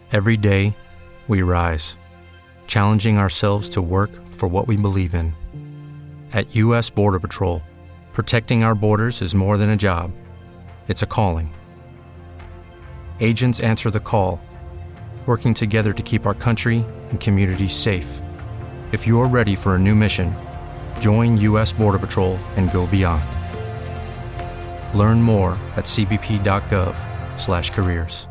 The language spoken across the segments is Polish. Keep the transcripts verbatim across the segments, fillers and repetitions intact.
Every day, we rise, challenging ourselves to work for what we believe in. At U S Border Patrol, protecting our borders is more than a job. It's a calling. Agents answer the call, working together to keep our country and communities safe. If you're ready for a new mission, join U S Border Patrol and go beyond. Learn more at cbp.gov slash careers.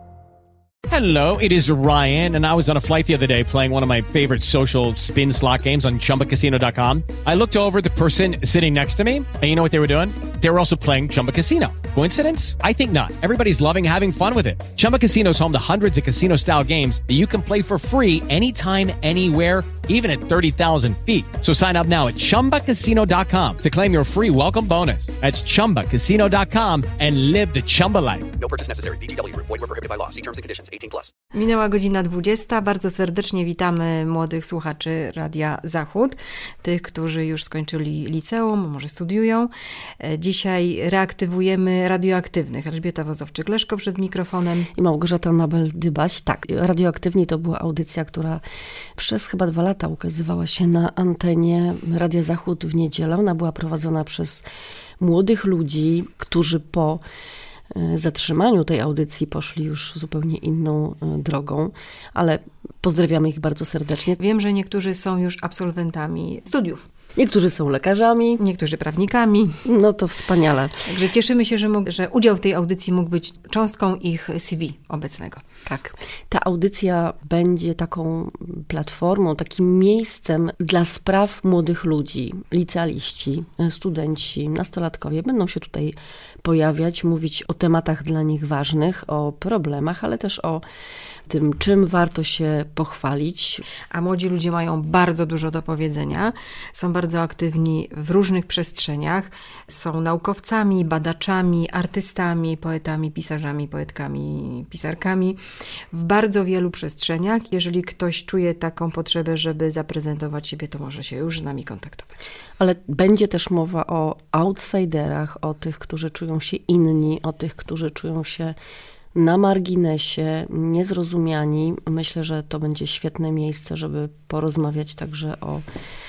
Hello, it is Ryan, and I was on a flight the other day playing one of my favorite social spin slot games on chumba casino dot com. I looked over at the person sitting next to me, and you know what they were doing? They were also playing Chumba Casino. Coincidence? I think not. Everybody's loving having fun with it. Chumba Casino is home to hundreds of casino-style games that you can play for free anytime, anywhere, even at thirty thousand feet. So sign up now at chumba casino dot com to claim your free welcome bonus. That's chumba casino dot com and live the Chumba life. No purchase necessary. V G W. Void where prohibited by law. See terms and conditions. eighteen plus. Minęła godzina dwudziesta. Bardzo serdecznie witamy młodych słuchaczy Radia Zachód, tych, którzy już skończyli liceum, może studiują. Dzisiaj reaktywujemy radioaktywnych. Elżbieta Wozowczyk-Leszko przed mikrofonem. I Małgorzata Nabel-Dybaś. Tak, Radioaktywni to była audycja, która przez chyba dwa lata ukazywała się na antenie Radia Zachód w niedzielę. Ona była prowadzona przez młodych ludzi, którzy po zatrzymaniu tej audycji poszli już zupełnie inną drogą, ale pozdrawiamy ich bardzo serdecznie. Wiem, że niektórzy są już absolwentami studiów. Niektórzy są lekarzami. Niektórzy prawnikami. No to wspaniale. Także cieszymy się, że, mógł, że udział w tej audycji mógł być cząstką ich C V obecnego. Tak. Ta audycja będzie taką platformą, takim miejscem dla spraw młodych ludzi. Licealiści, studenci, nastolatkowie będą się tutaj pojawiać, mówić o tematach dla nich ważnych, o problemach, ale też o tym, czym warto się pochwalić. A młodzi ludzie mają bardzo dużo do powiedzenia. Są bardzo aktywni w różnych przestrzeniach. Są naukowcami, badaczami, artystami, poetami, pisarzami, poetkami, pisarkami. W bardzo wielu przestrzeniach. Jeżeli ktoś czuje taką potrzebę, żeby zaprezentować siebie, to może się już z nami kontaktować. Ale będzie też mowa o outsiderach, o tych, którzy czują się inni, o tych, którzy czują się na marginesie, niezrozumiani. Myślę, że to będzie świetne miejsce, żeby porozmawiać także o,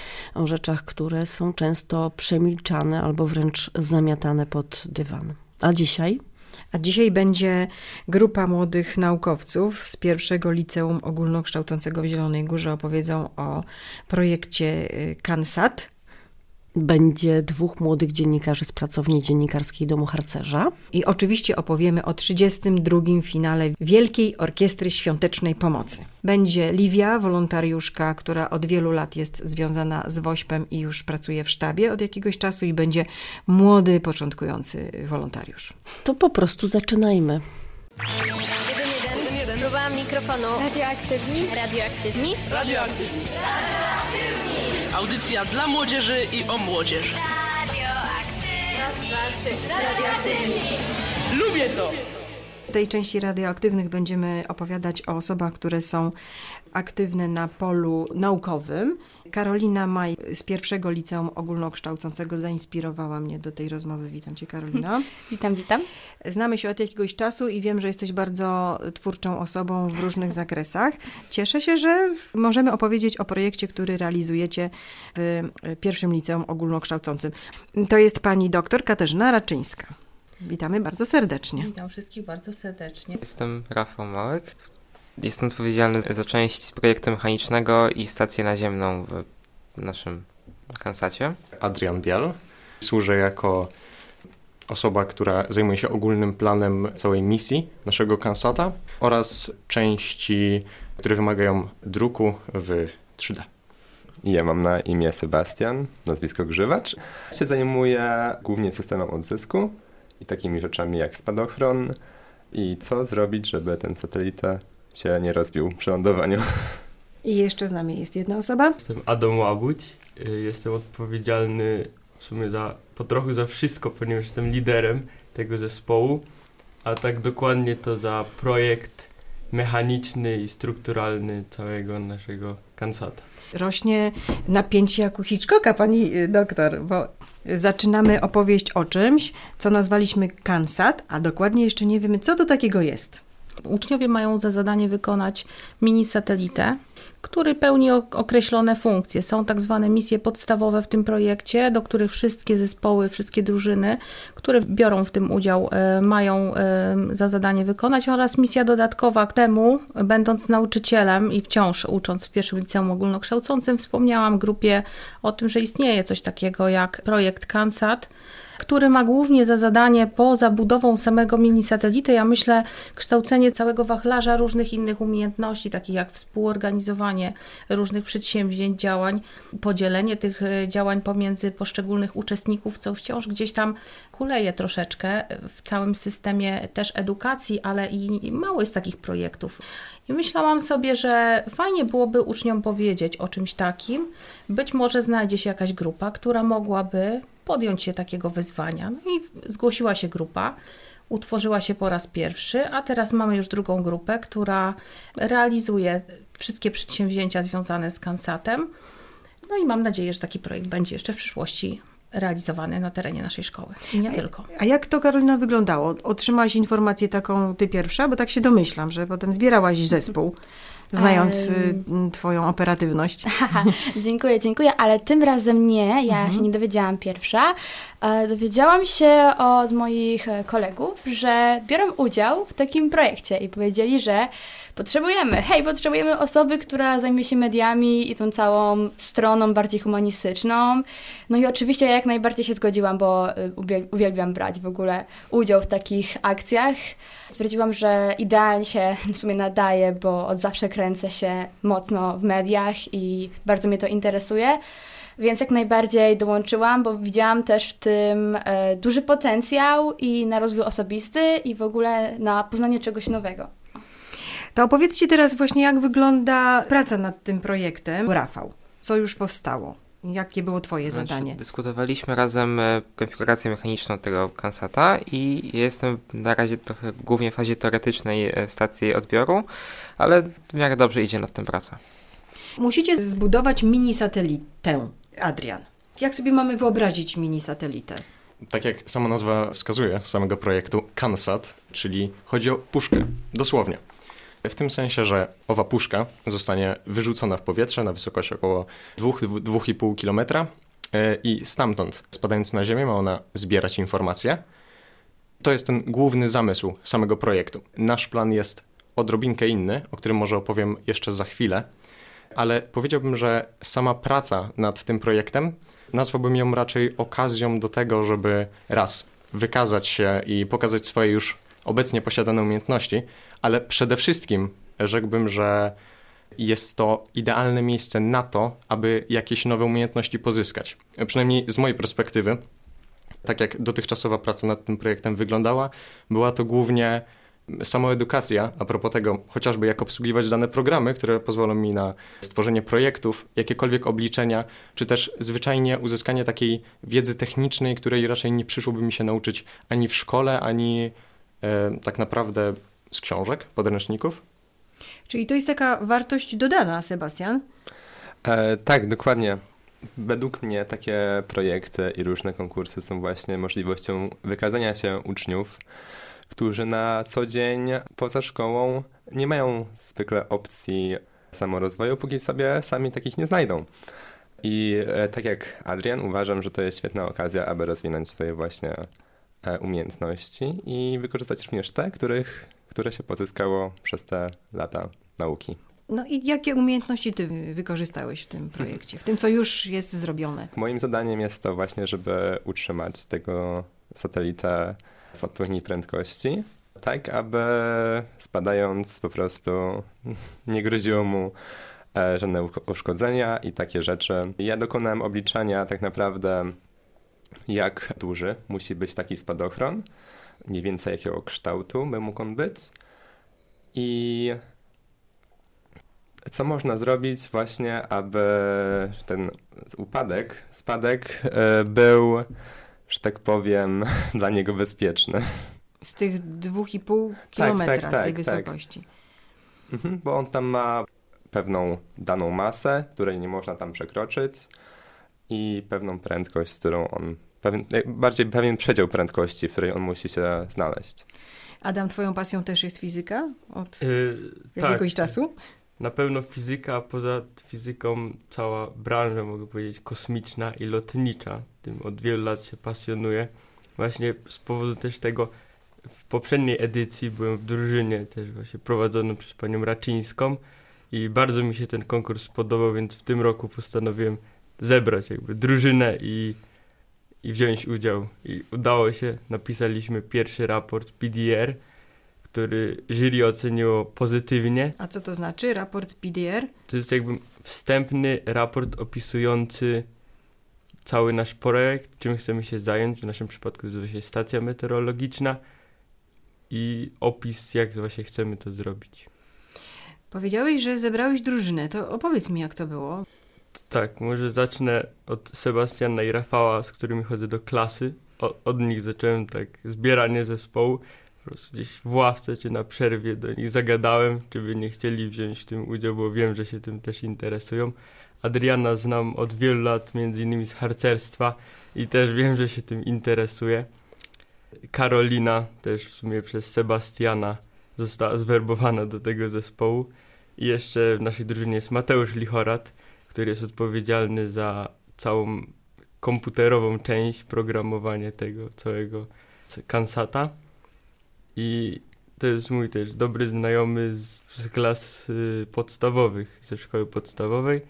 o rzeczach, które są często przemilczane albo wręcz zamiatane pod dywan. A dzisiaj? A dzisiaj będzie grupa młodych naukowców z pierwszego liceum ogólnokształcącego w Zielonej Górze. Opowiedzą o projekcie CANSAT. Będzie dwóch młodych dziennikarzy z pracowni dziennikarskiej Domu Harcerza. I oczywiście opowiemy o trzydziestym drugim finale Wielkiej Orkiestry Świątecznej Pomocy. Będzie Liwia, wolontariuszka, która od wielu lat jest związana z WOŚP-em i już pracuje w sztabie od jakiegoś czasu, i będzie młody, początkujący wolontariusz. To po prostu zaczynajmy. jeden jeden. Próba mikrofonu. Radioaktywni. Radioaktywni. Radioaktywni. Radioaktywni. Audycja dla młodzieży i o młodzież. Radioaktywni. Raz, dwa, trzy. Radioaktywni. Lubię to! W tej części radioaktywnych będziemy opowiadać o osobach, które są aktywne na polu naukowym. Karolina Maj z pierwszego liceum ogólnokształcącego zainspirowała mnie do tej rozmowy. Witam Cię, Karolina. Witam, witam. Znamy się od jakiegoś czasu i wiem, że jesteś bardzo twórczą osobą w różnych zakresach. Cieszę się, że możemy opowiedzieć o projekcie, który realizujecie w pierwszym liceum ogólnokształcącym. To jest pani doktor Katarzyna Raczyńska. Witamy bardzo serdecznie. Witam wszystkich bardzo serdecznie. Jestem Rafał Małek. Jestem odpowiedzialny za część projektu mechanicznego i stację naziemną w naszym CANSAT-cie. Adrian Biel. Służę jako osoba, która zajmuje się ogólnym planem całej misji naszego CANSAT-a oraz części, które wymagają druku w trzy D. Ja mam na imię Sebastian, nazwisko Grzywacz. Się zajmuję głównie systemem odzysku i takimi rzeczami jak spadochron i co zrobić, żeby ten satelita się nie rozbił przy lądowaniu. I jeszcze z nami jest jedna osoba. Jestem Adam Łabuć. Jestem odpowiedzialny w sumie za, po trochu za wszystko, ponieważ jestem liderem tego zespołu, a tak dokładnie to za projekt mechaniczny i strukturalny całego naszego CANSAT-a. Rośnie napięcie jak u Hitchcocka, pani doktor, bo zaczynamy opowieść o czymś, co nazwaliśmy CANSAT, a dokładnie jeszcze nie wiemy, co to takiego jest. Uczniowie mają za zadanie wykonać mini satelitę, który pełni określone funkcje. Są tak zwane misje podstawowe w tym projekcie, do których wszystkie zespoły, wszystkie drużyny, które biorą w tym udział, mają za zadanie wykonać, oraz misja dodatkowa temu, będąc nauczycielem i wciąż ucząc w pierwszym liceum ogólnokształcącym, wspomniałam grupie o tym, że istnieje coś takiego jak projekt CANSAT, który ma głównie za zadanie poza budową samego mini satelity, ja myślę, kształcenie całego wachlarza różnych innych umiejętności, takich jak współorganizowanie różnych przedsięwzięć, działań, podzielenie tych działań pomiędzy poszczególnych uczestników, co wciąż gdzieś tam kuleje troszeczkę w całym systemie też edukacji, ale i mało jest takich projektów. I myślałam sobie, że fajnie byłoby uczniom powiedzieć o czymś takim. Być może znajdzie się jakaś grupa, która mogłaby podjąć się takiego wyzwania. No i zgłosiła się grupa, utworzyła się po raz pierwszy, a teraz mamy już drugą grupę, która realizuje wszystkie przedsięwzięcia związane z CANSAT-em. No i mam nadzieję, że taki projekt będzie jeszcze w przyszłości realizowany na terenie naszej szkoły. I nie a, tylko. A jak to, Karolina, wyglądało? Otrzymałaś informację taką ty pierwsza? Bo tak się domyślam, że potem zbierałaś zespół, znając um, twoją operatywność. Haha, dziękuję, dziękuję, ale tym razem nie. Ja mhm. się nie dowiedziałam pierwsza. Dowiedziałam się od moich kolegów, że biorą udział w takim projekcie i powiedzieli, że potrzebujemy, hej, potrzebujemy osoby, która zajmie się mediami i tą całą stroną bardziej humanistyczną. No i oczywiście ja jak najbardziej się zgodziłam, bo uwielbiam brać w ogóle udział w takich akcjach. Stwierdziłam, że idealnie się w sumie nadaje, bo od zawsze kręcę się mocno w mediach i bardzo mnie to interesuje. Więc jak najbardziej dołączyłam, bo widziałam też w tym e, duży potencjał i na rozwój osobisty i w ogóle na poznanie czegoś nowego. To opowiedzcie teraz właśnie, jak wygląda praca nad tym projektem. Rafał, co już powstało? Jakie było twoje znaczy, zadanie? Dyskutowaliśmy razem konfigurację mechaniczną tego CANSAT-a i jestem na razie trochę głównie w fazie teoretycznej stacji odbioru, ale w miarę dobrze idzie nad tym praca. Musicie zbudować mini satelitę. Adrian, jak sobie mamy wyobrazić mini satelitę? Tak jak sama nazwa wskazuje samego projektu, CANSAT, czyli chodzi o puszkę, dosłownie. W tym sensie, że owa puszka zostanie wyrzucona w powietrze na wysokość około dwa do dwóch i pół kilometra i stamtąd, spadając na ziemię, ma ona zbierać informacje. To jest ten główny zamysł samego projektu. Nasz plan jest odrobinkę inny, o którym może opowiem jeszcze za chwilę, ale powiedziałbym, że sama praca nad tym projektem, nazwałbym ją raczej okazją do tego, żeby raz wykazać się i pokazać swoje już obecnie posiadane umiejętności, ale przede wszystkim rzekłbym, że jest to idealne miejsce na to, aby jakieś nowe umiejętności pozyskać. Przynajmniej z mojej perspektywy, tak jak dotychczasowa praca nad tym projektem wyglądała, była to głównie samoedukacja, a propos tego, chociażby jak obsługiwać dane programy, które pozwolą mi na stworzenie projektów, jakiekolwiek obliczenia, czy też zwyczajnie uzyskanie takiej wiedzy technicznej, której raczej nie przyszłoby mi się nauczyć ani w szkole, ani e, tak naprawdę z książek, podręczników. Czyli to jest taka wartość dodana, Sebastian? E, tak, dokładnie. Według mnie takie projekty i różne konkursy są właśnie możliwością wykazania się uczniów, którzy na co dzień poza szkołą nie mają zwykle opcji samorozwoju, póki sobie sami takich nie znajdą. I e, tak jak Adrian, uważam, że to jest świetna okazja, aby rozwinąć swoje właśnie e, umiejętności i wykorzystać również te, których, które się pozyskało przez te lata nauki. No i jakie umiejętności ty wykorzystałeś w tym projekcie, w tym, co już jest zrobione? Moim zadaniem jest to właśnie, żeby utrzymać tego satelitę w odpowiedniej prędkości, tak aby spadając po prostu nie groziło mu e, żadne uszkodzenia i takie rzeczy. Ja dokonałem obliczania tak naprawdę, jak duży musi być taki spadochron, mniej więcej jakiego kształtu by mógł on być i co można zrobić właśnie, aby ten upadek, spadek e, był, że tak powiem, dla niego bezpieczny. Z tych dwóch i pół kilometra, tak, tak, tak, z tej tak. wysokości. Mhm, bo on tam ma pewną daną masę, której nie można tam przekroczyć i pewną prędkość, z którą on pewien, bardziej pewien przedział prędkości, w której on musi się znaleźć. Adam, twoją pasją też jest fizyka od Yy, jakiegoś tak, czasu? Na pewno fizyka, a poza fizyką cała branża, mogę powiedzieć, kosmiczna i lotnicza. Tym od wielu lat się pasjonuję. Właśnie z powodu też tego, w poprzedniej edycji byłem w drużynie też właśnie prowadzoną przez panią Raczyńską i bardzo mi się ten konkurs spodobał, więc w tym roku postanowiłem zebrać jakby drużynę i, i wziąć udział. I udało się, napisaliśmy pierwszy raport P D R, który jury oceniło pozytywnie. A co to znaczy raport P D R? To jest jakby wstępny raport opisujący cały nasz projekt, czym chcemy się zająć. W naszym przypadku to jest właśnie stacja meteorologiczna i opis, jak właśnie chcemy to zrobić. Powiedziałeś, że zebrałeś drużynę. To opowiedz mi, jak to było. Tak, może zacznę od Sebastiana i Rafała, z którymi chodzę do klasy. O, od nich zacząłem tak zbieranie zespołu. Po prostu gdzieś w ławce czy na przerwie do nich zagadałem, czy by nie chcieli wziąć w tym udział, bo wiem, że się tym też interesują. Adriana znam od wielu lat, między innymi z harcerstwa i też wiem, że się tym interesuje. Karolina też w sumie przez Sebastiana została zwerbowana do tego zespołu. I jeszcze w naszej drużynie jest Mateusz Lichorat, który jest odpowiedzialny za całą komputerową część, programowanie tego całego Kansata. I to jest mój też dobry znajomy z, z klas y, podstawowych, ze szkoły podstawowej.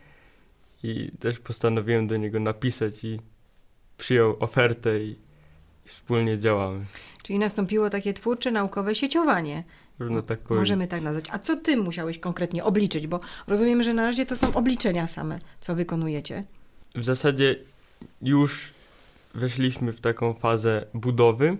I też postanowiłem do niego napisać i przyjął ofertę i, i wspólnie działamy. Czyli nastąpiło takie twórcze, naukowe sieciowanie. Można tak powiedzieć. Możemy tak nazwać. A co ty musiałeś konkretnie obliczyć? Bo rozumiem, że na razie to są obliczenia same, co wykonujecie. W zasadzie już weszliśmy w taką fazę budowy,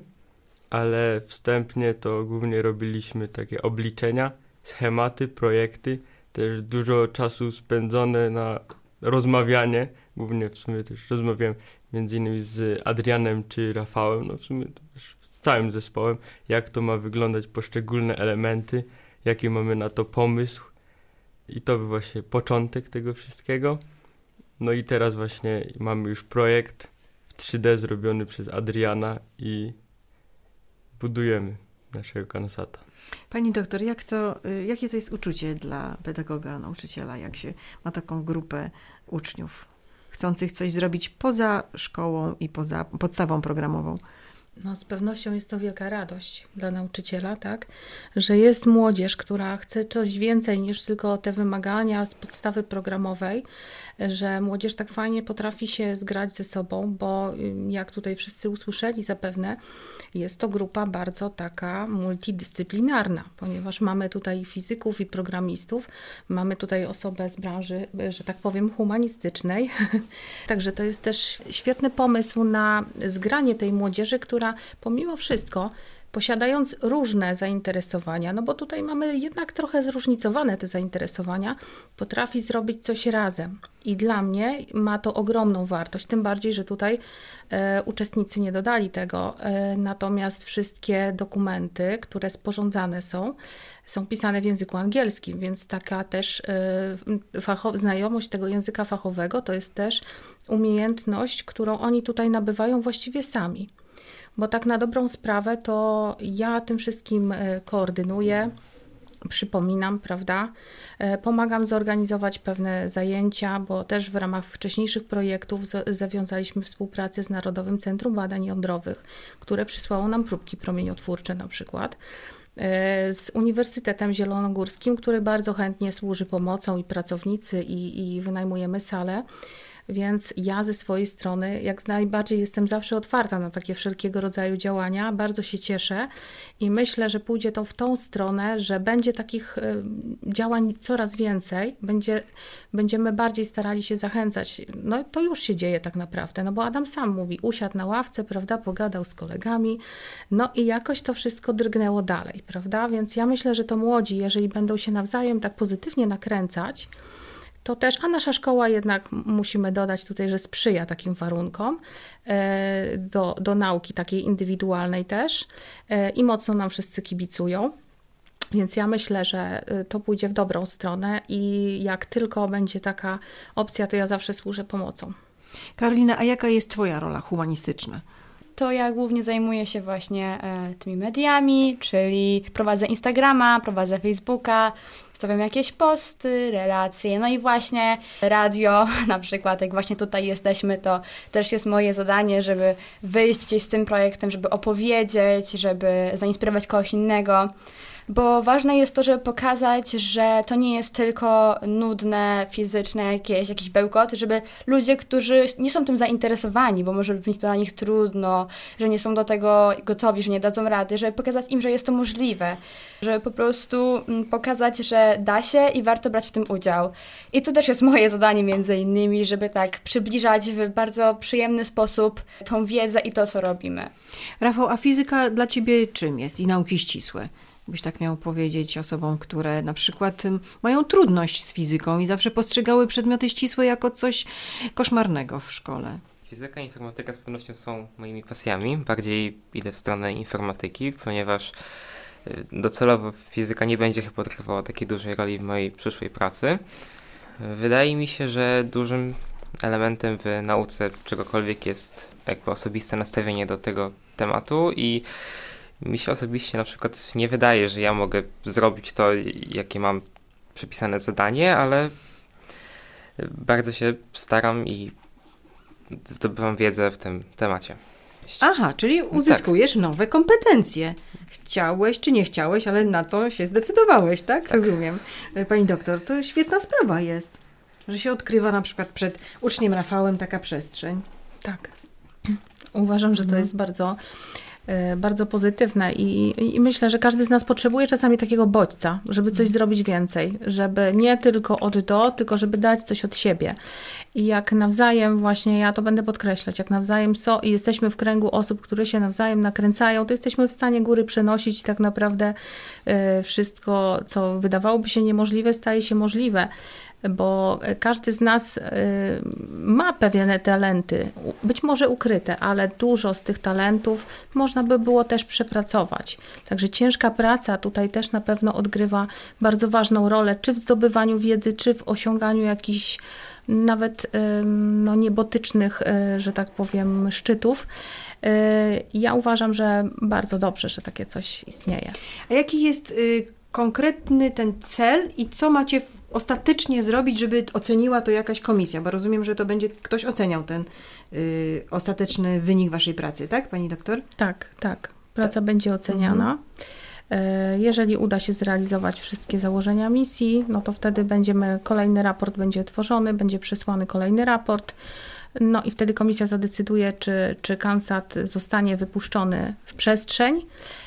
ale wstępnie to głównie robiliśmy takie obliczenia, schematy, projekty. Też dużo czasu spędzone na rozmawianie. Głównie w sumie też rozmawiałem między innymi z Adrianem czy Rafałem, no w sumie też z całym zespołem, jak to ma wyglądać poszczególne elementy, jaki mamy na to pomysł. I to był właśnie początek tego wszystkiego. No i teraz właśnie mamy już projekt w trzy D zrobiony przez Adriana i budujemy naszego Kansata. Pani doktor, jak to, jakie to jest uczucie dla pedagoga, nauczyciela, jak się ma taką grupę uczniów chcących coś zrobić poza szkołą i poza podstawą programową? No, z pewnością jest to wielka radość dla nauczyciela, tak, że jest młodzież, która chce coś więcej niż tylko te wymagania z podstawy programowej, że młodzież tak fajnie potrafi się zgrać ze sobą, bo jak tutaj wszyscy usłyszeli zapewne, jest to grupa bardzo taka multidyscyplinarna, ponieważ mamy tutaj fizyków i programistów, mamy tutaj osobę z branży, że tak powiem, humanistycznej. Także to jest też świetny pomysł na zgranie tej młodzieży, która pomimo wszystko, posiadając różne zainteresowania, no bo tutaj mamy jednak trochę zróżnicowane te zainteresowania, potrafi zrobić coś razem. I dla mnie ma to ogromną wartość, tym bardziej, że tutaj e, uczestnicy nie dodali tego, e, natomiast wszystkie dokumenty, które sporządzane są, są pisane w języku angielskim, więc taka też e, facho- znajomość tego języka fachowego to jest też umiejętność, którą oni tutaj nabywają właściwie sami. Bo tak na dobrą sprawę to ja tym wszystkim koordynuję, przypominam, prawda? Pomagam zorganizować pewne zajęcia, bo też w ramach wcześniejszych projektów zawiązaliśmy współpracę z Narodowym Centrum Badań Jądrowych, które przysłało nam próbki promieniotwórcze na przykład, z Uniwersytetem Zielonogórskim, który bardzo chętnie służy pomocą i pracownicy i, i wynajmujemy salę. Więc ja ze swojej strony jak najbardziej jestem zawsze otwarta na takie wszelkiego rodzaju działania, bardzo się cieszę i myślę, że pójdzie to w tą stronę, że będzie takich działań coraz więcej, będzie, będziemy bardziej starali się zachęcać. No to już się dzieje tak naprawdę, no bo Adam sam mówi, usiadł na ławce, prawda, pogadał z kolegami, no i jakoś to wszystko drgnęło dalej, prawda, więc ja myślę, że to młodzi, jeżeli będą się nawzajem tak pozytywnie nakręcać, to też, a nasza szkoła jednak musimy dodać tutaj, że sprzyja takim warunkom do, do nauki takiej indywidualnej też i mocno nam wszyscy kibicują. Więc ja myślę, że to pójdzie w dobrą stronę i jak tylko będzie taka opcja, to ja zawsze służę pomocą. Karolina, a jaka jest twoja rola humanistyczna? To ja głównie zajmuję się właśnie e, tymi mediami, czyli prowadzę Instagrama, prowadzę Facebooka, stawiam jakieś posty, relacje, no i właśnie radio, na przykład jak właśnie tutaj jesteśmy, to też jest moje zadanie, żeby wyjść gdzieś z tym projektem, żeby opowiedzieć, żeby zainspirować kogoś innego. Bo ważne jest to, żeby pokazać, że to nie jest tylko nudne, fizyczne jakieś, jakiś bełkot, żeby ludzie, którzy nie są tym zainteresowani, bo może być to dla nich trudno, że nie są do tego gotowi, że nie dadzą rady, żeby pokazać im, że jest to możliwe, żeby po prostu pokazać, że da się i warto brać w tym udział. I to też jest moje zadanie między innymi, żeby tak przybliżać w bardzo przyjemny sposób tą wiedzę i to, co robimy. Rafał, a fizyka dla ciebie czym jest i nauki ścisłe? Byś tak miał powiedzieć osobom, które na przykład mają trudność z fizyką i zawsze postrzegały przedmioty ścisłe jako coś koszmarnego w szkole. Fizyka i informatyka z pewnością są moimi pasjami. Bardziej idę w stronę informatyki, ponieważ docelowo fizyka nie będzie chyba odgrywała takiej dużej roli w mojej przyszłej pracy. Wydaje mi się, że dużym elementem w nauce czegokolwiek jest jakby osobiste nastawienie do tego tematu i mi się osobiście na przykład nie wydaje, że ja mogę zrobić to, jakie mam przypisane zadanie, ale bardzo się staram i zdobywam wiedzę w tym temacie. Aha, czyli uzyskujesz tak. nowe kompetencje. Chciałeś czy nie chciałeś, ale na to się zdecydowałeś, tak? tak? Rozumiem. Pani doktor, to świetna sprawa jest, że się odkrywa na przykład przed uczniem Rafałem taka przestrzeń. Tak. Uważam, że to jest bardzo... bardzo pozytywne i, i myślę, że każdy z nas potrzebuje czasami takiego bodźca, żeby coś zrobić więcej, żeby nie tylko od do, tylko żeby dać coś od siebie. I jak nawzajem, właśnie ja to będę podkreślać, jak nawzajem są i jesteśmy w kręgu osób, które się nawzajem nakręcają, to jesteśmy w stanie góry przenosić i tak naprawdę y, wszystko, co wydawałoby się niemożliwe, staje się możliwe. Bo każdy z nas ma pewne talenty, być może ukryte, ale dużo z tych talentów można by było też przepracować. Także ciężka praca tutaj też na pewno odgrywa bardzo ważną rolę, czy w zdobywaniu wiedzy, czy w osiąganiu jakichś nawet no, niebotycznych, że tak powiem, szczytów. Ja uważam, że bardzo dobrze, że takie coś istnieje. A jaki jest konkretny ten cel i co macie ostatecznie zrobić, żeby oceniła to jakaś komisja? Bo rozumiem, że to będzie ktoś oceniał ten y, ostateczny wynik waszej pracy, tak, pani doktor? Tak, tak. Praca tak. będzie oceniana. Mhm. Jeżeli uda się zrealizować wszystkie założenia misji, no to wtedy będziemy, kolejny raport będzie tworzony, będzie przesłany kolejny raport. No i wtedy komisja zadecyduje, czy, czy Kansat zostanie wypuszczony w przestrzeń.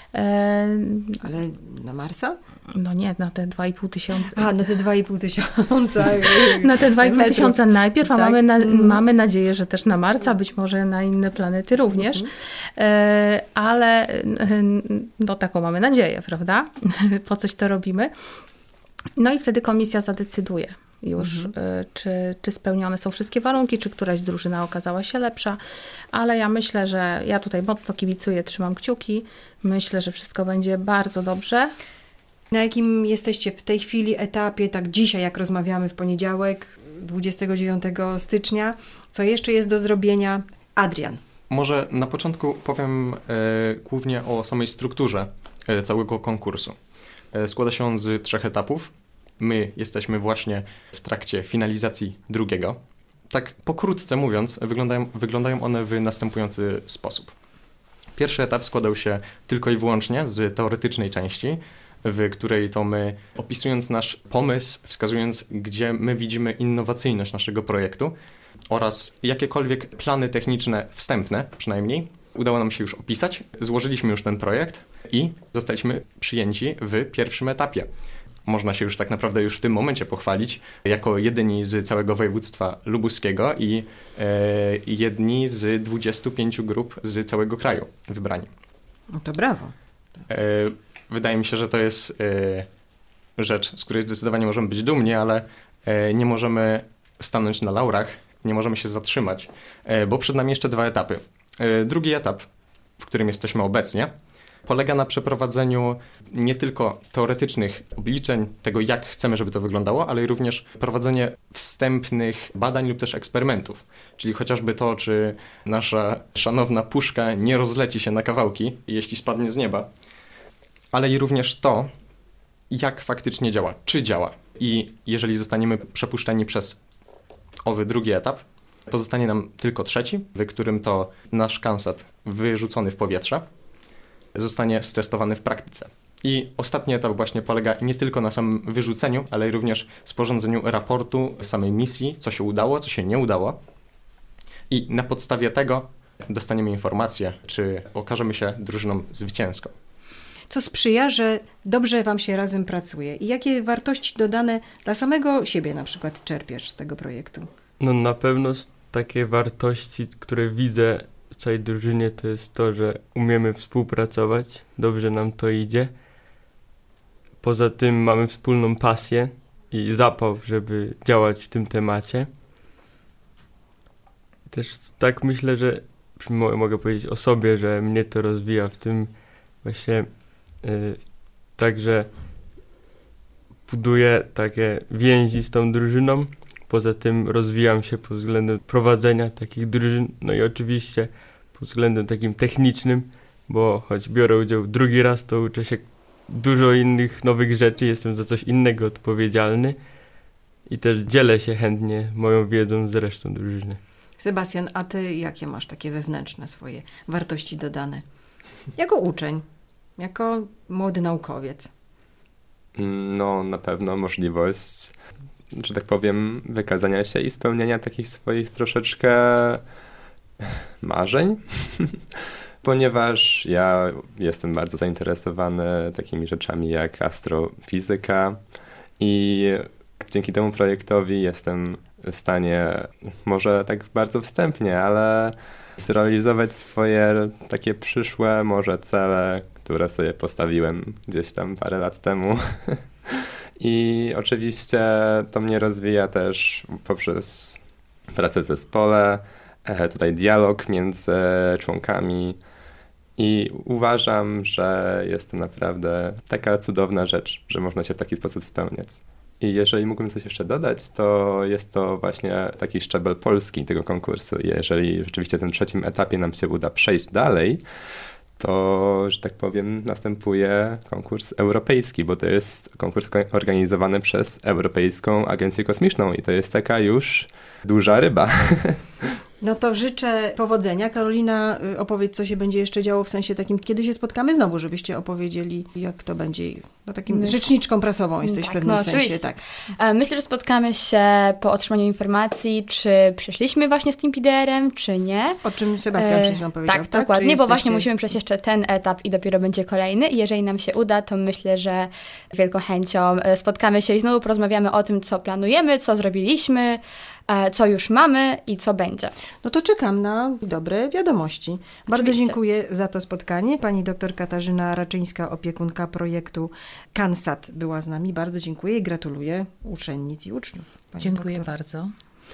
Ale na Marsa? No nie, na te dwa i pół tysiąca. A, na te dwa i pół tysiąca. Na te dwa i pół tysiąca najpierw, a tak? mamy, na, mm. mamy nadzieję, że też na Marsa, być może na inne planety również. Mm. E, ale no taką mamy nadzieję, prawda? Po coś to robimy. No i wtedy komisja zadecyduje już, mhm. czy, czy spełnione są wszystkie warunki, czy któraś drużyna okazała się lepsza, ale ja myślę, że ja tutaj mocno kibicuję, trzymam kciuki, myślę, że wszystko będzie bardzo dobrze. Na jakim jesteście w tej chwili etapie, tak dzisiaj jak rozmawiamy w poniedziałek, dwudziestego dziewiątego stycznia, co jeszcze jest do zrobienia? Adrian. Może na początku powiem e, głównie o samej strukturze e, całego konkursu. E, składa się on z trzech etapów. My jesteśmy właśnie w trakcie finalizacji drugiego. Tak pokrótce mówiąc, wyglądają, wyglądają one w następujący sposób. Pierwszy etap składał się tylko i wyłącznie z teoretycznej części, w której to my, opisując nasz pomysł, wskazując, gdzie my widzimy innowacyjność naszego projektu oraz jakiekolwiek plany techniczne wstępne przynajmniej, udało nam się już opisać. Złożyliśmy już ten projekt i zostaliśmy przyjęci w pierwszym etapie. Można się już tak naprawdę już w tym momencie pochwalić jako jedyni z całego województwa lubuskiego i e, jedni z dwudziestu pięciu grup z całego kraju wybrani. No to brawo. E, wydaje mi się, że to jest e, rzecz, z której zdecydowanie możemy być dumni, ale e, nie możemy stanąć na laurach, nie możemy się zatrzymać, e, bo przed nami jeszcze dwa etapy. E, drugi etap, w którym jesteśmy obecnie, polega na przeprowadzeniu nie tylko teoretycznych obliczeń tego, jak chcemy, żeby to wyglądało, ale i również prowadzenie wstępnych badań lub też eksperymentów. Czyli chociażby to, czy nasza szanowna puszka nie rozleci się na kawałki, jeśli spadnie z nieba, ale i również to, jak faktycznie działa, czy działa. I jeżeli zostaniemy przepuszczeni przez owy drugi etap, pozostanie nam tylko trzeci, w którym to nasz Kansat wyrzucony w powietrze zostanie stestowany w praktyce. I ostatni etap właśnie polega nie tylko na samym wyrzuceniu, ale i również sporządzeniu raportu samej misji, co się udało, co się nie udało. I na podstawie tego dostaniemy informację, czy okażemy się drużyną zwycięską. Co sprzyja, że dobrze wam się razem pracuje. I jakie wartości dodane dla samego siebie na przykład czerpiesz z tego projektu? No na pewno takie wartości, które widzę w całej drużynie, to jest to, że umiemy współpracować, dobrze nam to idzie. Poza tym mamy wspólną pasję i zapał, żeby działać w tym temacie. Też tak myślę, że mogę powiedzieć o sobie, że mnie to rozwija w tym właśnie yy, także buduję takie więzi z tą drużyną. Poza tym rozwijam się pod względem prowadzenia takich drużyn, no i oczywiście pod względem takim technicznym, bo choć biorę udział drugi raz, to uczę się dużo innych nowych rzeczy, jestem za coś innego odpowiedzialny i też dzielę się chętnie moją wiedzą z resztą drużyny. Sebastian, a ty jakie masz takie wewnętrzne swoje wartości dodane? Jako uczeń, jako młody naukowiec? No na pewno możliwość, że tak powiem, wykazania się i spełniania takich swoich troszeczkę marzeń, ponieważ ja jestem bardzo zainteresowany takimi rzeczami jak astrofizyka i dzięki temu projektowi jestem w stanie, może tak bardzo wstępnie, ale zrealizować swoje takie przyszłe może cele, które sobie postawiłem gdzieś tam parę lat temu. I oczywiście to mnie rozwija też poprzez pracę w zespole, tutaj dialog między członkami i uważam, że jest to naprawdę taka cudowna rzecz, że można się w taki sposób spełniać. I jeżeli mógłbym coś jeszcze dodać, to jest to właśnie taki szczebel polski tego konkursu. I jeżeli rzeczywiście w tym trzecim etapie nam się uda przejść dalej, to, że tak powiem, następuje konkurs europejski, bo to jest konkurs organizowany przez Europejską Agencję Kosmiczną i to jest taka już duża ryba. No to życzę powodzenia. Karolina, opowiedz, co się będzie jeszcze działo w sensie takim, kiedy się spotkamy znowu, żebyście opowiedzieli, jak to będzie. No takim Myśl... rzeczniczką prasową jesteś tak, w pewnym no, sensie. oczywiście. Tak. Myślę, że spotkamy się po otrzymaniu informacji, czy przeszliśmy właśnie z tym P D R-em, czy nie. O czym Sebastian przed chwilą powiedział. Tak, tak? dokładnie, Czy bo jesteście... właśnie musimy przejść jeszcze ten etap i dopiero będzie kolejny. I jeżeli nam się uda, to myślę, że z wielką chęcią spotkamy się i znowu porozmawiamy o tym, co planujemy, co zrobiliśmy, co już mamy i co będzie. No to czekam na dobre wiadomości. Bardzo Oczywiście. Dziękuję za to spotkanie. Pani doktor Katarzyna Raczyńska, opiekunka projektu Kansat była z nami. Bardzo dziękuję i gratuluję uczennic i uczniów. Pani dziękuję doktor. bardzo.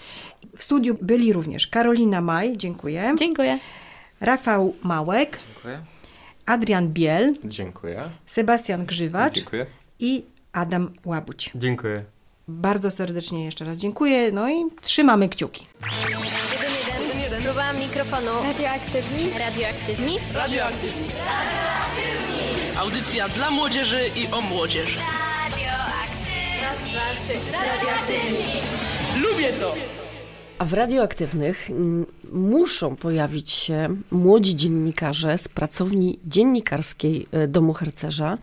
W studiu byli również Karolina Maj, dziękuję. Dziękuję. Rafał Małek. Dziękuję. Adrian Biel. Dziękuję. Sebastian Grzywacz. Dziękuję. I Adam Łabuć. Dziękuję. Bardzo serdecznie jeszcze raz dziękuję, no i trzymamy kciuki. jeden jeden, jeden. Próba mikrofonu. Radioaktywni. Radioaktywni. Radioaktywni. Radioaktywni. Audycja dla młodzieży i o młodzieży. Radioaktywni. Raz, dwa, trzy. Radioaktywni. Lubię to. A w Radioaktywnych m, muszą pojawić się młodzi dziennikarze z pracowni dziennikarskiej Domu Harcerza.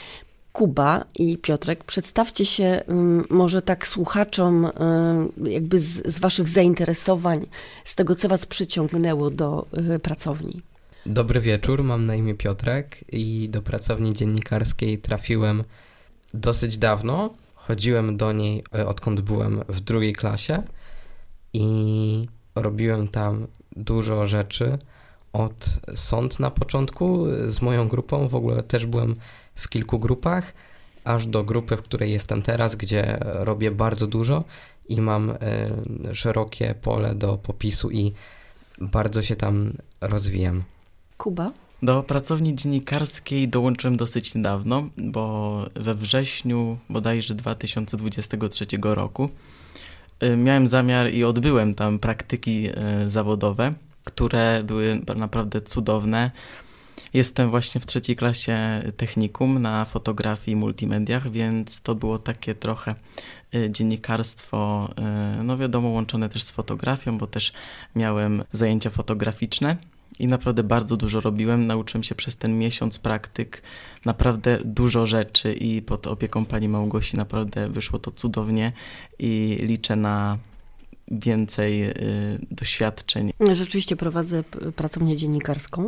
Kuba i Piotrek, przedstawcie się um, może tak słuchaczom um, jakby z, z waszych zainteresowań, z tego, co was przyciągnęło do y, pracowni. Dobry wieczór, mam na imię Piotrek i do pracowni dziennikarskiej trafiłem dosyć dawno. Chodziłem do niej, odkąd byłem w drugiej klasie i robiłem tam dużo rzeczy. Od sąd na początku z moją grupą, w ogóle też byłem w kilku grupach, aż do grupy, w której jestem teraz, gdzie robię bardzo dużo i mam y, szerokie pole do popisu i bardzo się tam rozwijam. Kuba? Do pracowni dziennikarskiej dołączyłem dosyć niedawno, bo we wrześniu bodajże dwa tysiące dwudziestego trzeciego roku miałem zamiar i odbyłem tam praktyki zawodowe, które były naprawdę cudowne. Jestem właśnie w trzeciej klasie technikum na fotografii i multimediach, więc to było takie trochę dziennikarstwo, no wiadomo, łączone też z fotografią, bo też miałem zajęcia fotograficzne i naprawdę bardzo dużo robiłem. Nauczyłem się przez ten miesiąc praktyk naprawdę dużo rzeczy i pod opieką pani Małgosi naprawdę wyszło to cudownie i liczę na więcej y, doświadczeń. Rzeczywiście prowadzę pracownię dziennikarską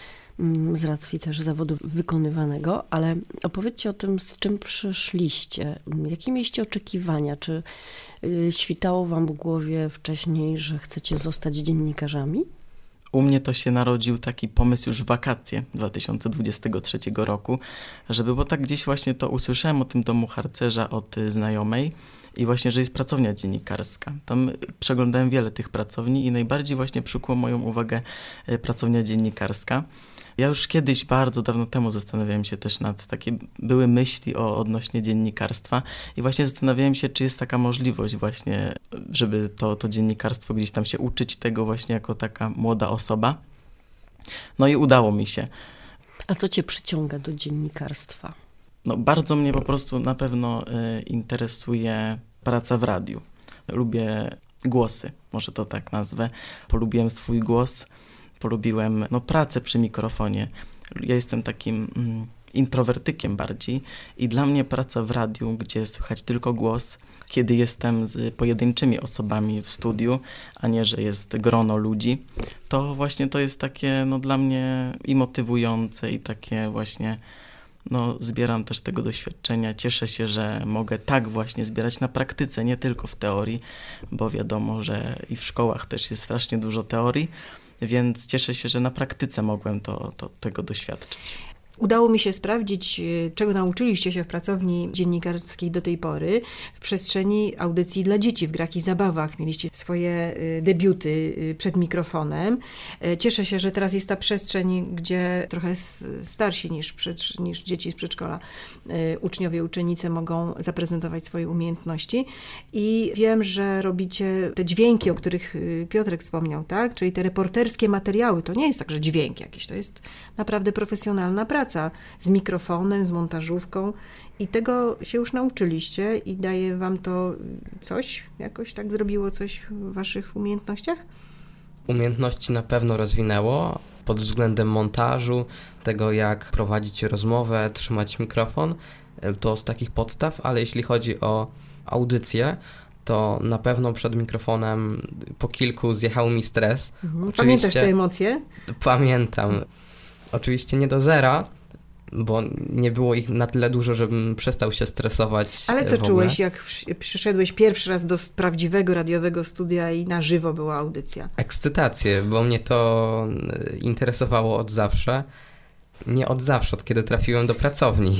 z racji też zawodu wykonywanego, ale opowiedzcie o tym, z czym przyszliście. Jakie mieliście oczekiwania? Czy y, świtało wam w głowie wcześniej, że chcecie zostać dziennikarzami? U mnie to się narodził taki pomysł już w wakacje dwa tysiące dwudziestego trzeciego roku, żeby, bo tak gdzieś właśnie to usłyszałem o tym domu harcerza od znajomej i właśnie, że jest pracownia dziennikarska. Tam przeglądałem wiele tych pracowni i najbardziej właśnie przykuło moją uwagę pracownia dziennikarska. Ja już kiedyś, bardzo dawno temu zastanawiałem się też nad, takie były myśli o odnośnie dziennikarstwa i właśnie zastanawiałem się, czy jest taka możliwość właśnie, żeby to, to dziennikarstwo gdzieś tam się uczyć tego właśnie jako taka młoda osoba. No i udało mi się. A co cię przyciąga do dziennikarstwa? No bardzo mnie po prostu na pewno y, interesuje praca w radiu. Lubię głosy, może to tak nazwę. Polubiłem swój głos. Polubiłem no, pracę przy mikrofonie. Ja jestem takim mm, introwertykiem bardziej i dla mnie praca w radiu, gdzie słychać tylko głos, kiedy jestem z pojedynczymi osobami w studiu, a nie, że jest grono ludzi, to właśnie to jest takie no, dla mnie i motywujące i takie właśnie no, zbieram też tego doświadczenia. Cieszę się, że mogę tak właśnie zbierać na praktyce, nie tylko w teorii, bo wiadomo, że i w szkołach też jest strasznie dużo teorii, więc cieszę się, że na praktyce mogłem to, to, tego doświadczyć. Udało mi się sprawdzić, czego nauczyliście się w pracowni dziennikarskiej do tej pory w przestrzeni audycji dla dzieci, w grach i zabawach. Mieliście swoje debiuty przed mikrofonem. Cieszę się, że teraz jest ta przestrzeń, gdzie trochę starsi niż, przed, niż dzieci z przedszkola uczniowie, uczennice mogą zaprezentować swoje umiejętności. I wiem, że robicie te dźwięki, o których Piotrek wspomniał, tak? Czyli te reporterskie materiały. To nie jest tak, że dźwięk jakiś, to jest naprawdę profesjonalna praca. Z mikrofonem, z montażówką i tego się już nauczyliście i daje wam to coś, jakoś tak zrobiło coś w waszych umiejętnościach? Umiejętności na pewno rozwinęło pod względem montażu, tego jak prowadzić rozmowę, trzymać mikrofon, to z takich podstaw, ale jeśli chodzi o audycję, to na pewno przed mikrofonem po kilku zjechał mi stres. Mhm. Pamiętasz te emocje? Pamiętam. Oczywiście nie do zera, bo nie było ich na tyle dużo, żebym przestał się stresować. Ale co czułeś, jak przyszedłeś pierwszy raz do prawdziwego radiowego studia i na żywo była audycja? Ekscytację, bo mnie to interesowało od zawsze. Nie od zawsze, od kiedy trafiłem do pracowni.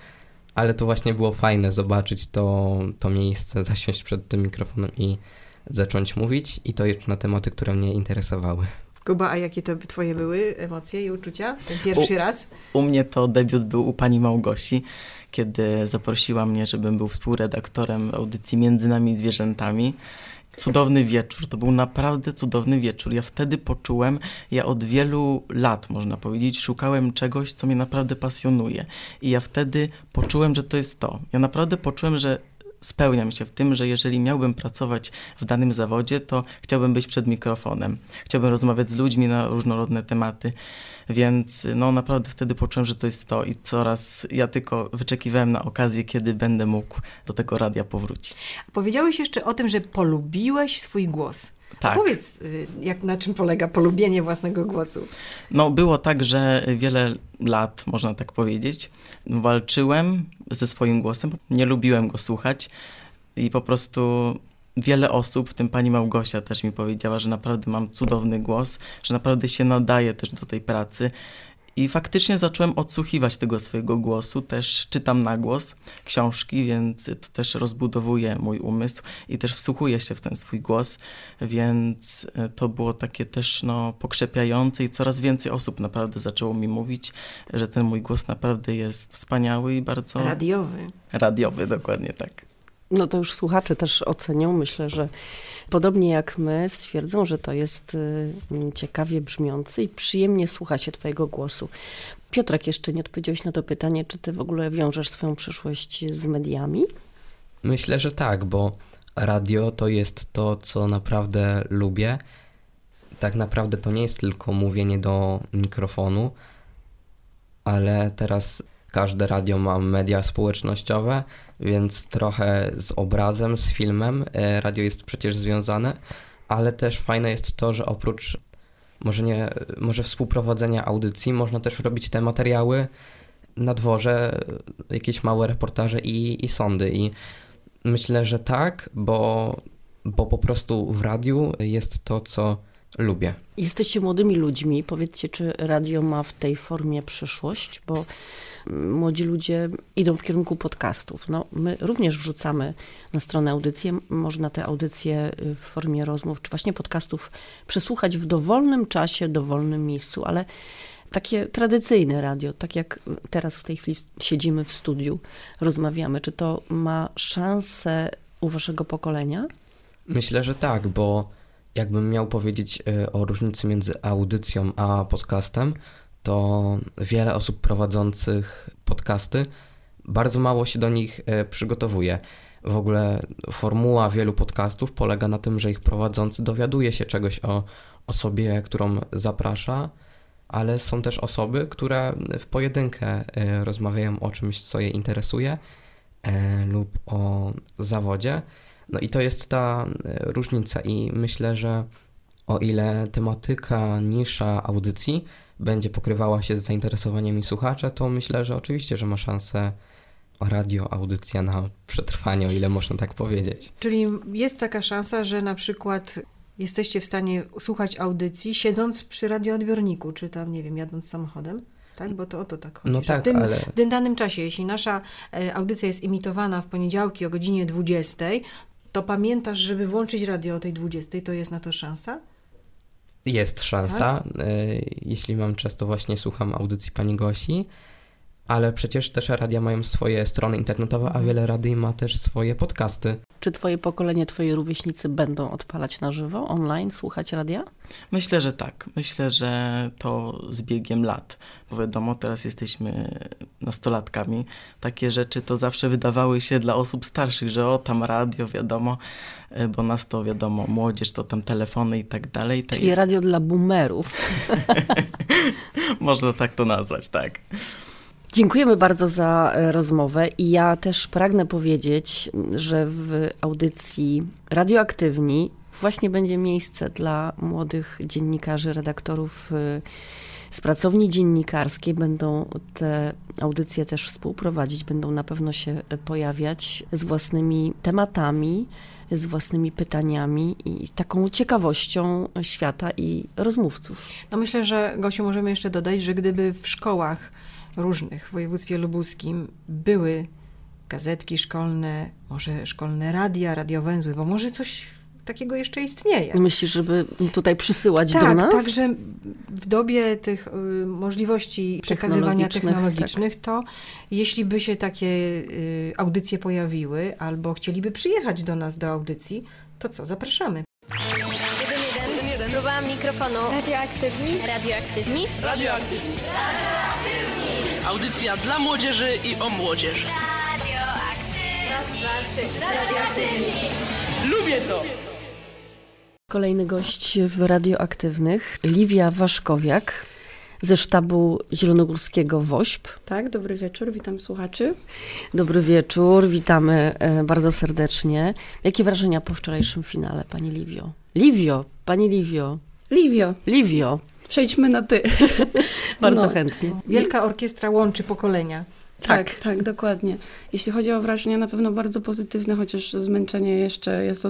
Ale to właśnie było fajne zobaczyć to, to miejsce, zasiąść przed tym mikrofonem i zacząć mówić. I to jeszcze na tematy, które mnie interesowały. Kuba, a jakie to twoje były emocje i uczucia? Ten pierwszy u, raz? U mnie to debiut był u pani Małgosi, kiedy zaprosiła mnie, żebym był współredaktorem audycji Między nami zwierzętami. Cudowny wieczór, to był naprawdę cudowny wieczór. Ja wtedy poczułem, ja od wielu lat, można powiedzieć, szukałem czegoś, co mnie naprawdę pasjonuje. I ja wtedy poczułem, że to jest to. Ja naprawdę poczułem, że spełniam się w tym, że jeżeli miałbym pracować w danym zawodzie, to chciałbym być przed mikrofonem. Chciałbym rozmawiać z ludźmi na różnorodne tematy, więc no naprawdę wtedy poczułem, że to jest to i coraz ja tylko wyczekiwałem na okazję, kiedy będę mógł do tego radia powrócić. Powiedziałeś jeszcze o tym, że polubiłeś swój głos. Tak. Powiedz, jak, na czym polega polubienie własnego głosu? No było tak, że wiele lat, można tak powiedzieć, walczyłem ze swoim głosem. Nie lubiłem go słuchać i po prostu wiele osób, w tym pani Małgosia też mi powiedziała, że naprawdę mam cudowny głos, że naprawdę się nadaje też do tej pracy I faktycznie zacząłem odsłuchiwać tego swojego głosu, też czytam na głos książki, więc to też rozbudowuje mój umysł i też wsłuchuję się w ten swój głos, więc to było takie też no, pokrzepiające i coraz więcej osób naprawdę zaczęło mi mówić, że ten mój głos naprawdę jest wspaniały i bardzo... Radiowy. Radiowy, dokładnie tak. No to już słuchacze też ocenią. Myślę, że podobnie jak my stwierdzą, że to jest ciekawie brzmiący i przyjemnie słucha się twojego głosu. Piotrek, jeszcze nie odpowiedziałeś na to pytanie, czy ty w ogóle wiążesz swoją przyszłość z mediami? Myślę, że tak, bo radio to jest to, co naprawdę lubię. Tak naprawdę to nie jest tylko mówienie do mikrofonu, ale teraz każde radio ma media społecznościowe, więc trochę z obrazem, z filmem radio jest przecież związane, ale też fajne jest to, że oprócz może, nie, może współprowadzenia audycji można też robić te materiały na dworze, jakieś małe reportaże i, i sądy. I myślę, że tak, bo, bo po prostu w radiu jest to, co lubię. Jesteście młodymi ludźmi. Powiedzcie, czy radio ma w tej formie przyszłość, bo młodzi ludzie idą w kierunku podcastów. No, my również wrzucamy na stronę audycje. Można te audycje w formie rozmów, czy właśnie podcastów przesłuchać w dowolnym czasie, dowolnym miejscu, ale takie tradycyjne radio, tak jak teraz w tej chwili siedzimy w studiu, rozmawiamy, czy to ma szansę u waszego pokolenia? Myślę, że tak, bo jakbym miał powiedzieć o różnicy między audycją a podcastem, to wiele osób prowadzących podcasty bardzo mało się do nich przygotowuje. W ogóle formuła wielu podcastów polega na tym, że ich prowadzący dowiaduje się czegoś o osobie, którą zaprasza, ale są też osoby, które w pojedynkę rozmawiają o czymś, co je interesuje lub o zawodzie. No i to jest ta różnica i myślę, że o ile tematyka, nisza audycji będzie pokrywała się z zainteresowaniami słuchacza, to myślę, że oczywiście, że ma szansę radio, audycja na przetrwanie, o ile można tak powiedzieć. Czyli jest taka szansa, że na przykład jesteście w stanie słuchać audycji siedząc przy radioodbiorniku, czy tam, nie wiem, jadąc samochodem? Tak, bo to o to tak chodzi. No tak, w, tym, ale... w tym danym czasie, jeśli nasza audycja jest emitowana w poniedziałki o godzinie dwudziestej, to pamiętasz, żeby włączyć radio o tej dwudziestej, to jest na to szansa? Jest szansa. Tak? Jeśli mam czas, to właśnie słucham audycji pani Gosi, ale przecież też radia mają swoje strony internetowe, a wiele radii ma też swoje podcasty. Czy twoje pokolenie, twoi rówieśnicy będą odpalać na żywo, online, słuchać radia? Myślę, że tak. Myślę, że to z biegiem lat. Bo wiadomo, teraz jesteśmy nastolatkami. Takie rzeczy to zawsze wydawały się dla osób starszych, że o, tam radio, wiadomo, bo nas to wiadomo, młodzież to tam telefony i tak dalej. Czyli radio dla boomerów. Można tak to nazwać, tak. Dziękujemy bardzo za rozmowę i ja też pragnę powiedzieć, że w audycji Radioaktywni właśnie będzie miejsce dla młodych dziennikarzy, redaktorów z pracowni dziennikarskiej. Będą te audycje też współprowadzić, będą na pewno się pojawiać z własnymi tematami, z własnymi pytaniami i taką ciekawością świata i rozmówców. No myślę, że Gosiu, możemy jeszcze dodać, że gdyby w szkołach różnych w województwie lubuskim były gazetki szkolne, może szkolne radia, radiowęzły, bo może coś takiego jeszcze istnieje. Myślisz, żeby tutaj przysyłać tak, do nas? Tak, także w dobie tych y, możliwości przekazywania technologicznych, technologicznych tak. To jeśli by się takie y, audycje pojawiły, albo chcieliby przyjechać do nas do audycji, to co, zapraszamy. jeden jeden, jeden. Próbowałam mikrofonu. Radioaktywni. Radioaktywni. Radioaktywni. Radioaktywni. Audycja dla młodzieży i o młodzież. Radioaktywni. Raz, dwa, trzy. Radioaktywni. Lubię to. Kolejny gość w Radioaktywnych, Liwia Waszkowiak ze sztabu zielonogórskiego WOŚP. Tak, dobry wieczór, witam słuchaczy. Dobry wieczór, witamy bardzo serdecznie. Jakie wrażenia po wczorajszym finale, pani Liwio? Liwio, pani Liwio. Liwio. Liwio. Przejdźmy na ty. Bardzo no. chętnie. Wielka orkiestra łączy pokolenia. Tak, tak, tak, dokładnie. Jeśli chodzi o wrażenia, na pewno bardzo pozytywne, chociaż zmęczenie jeszcze jest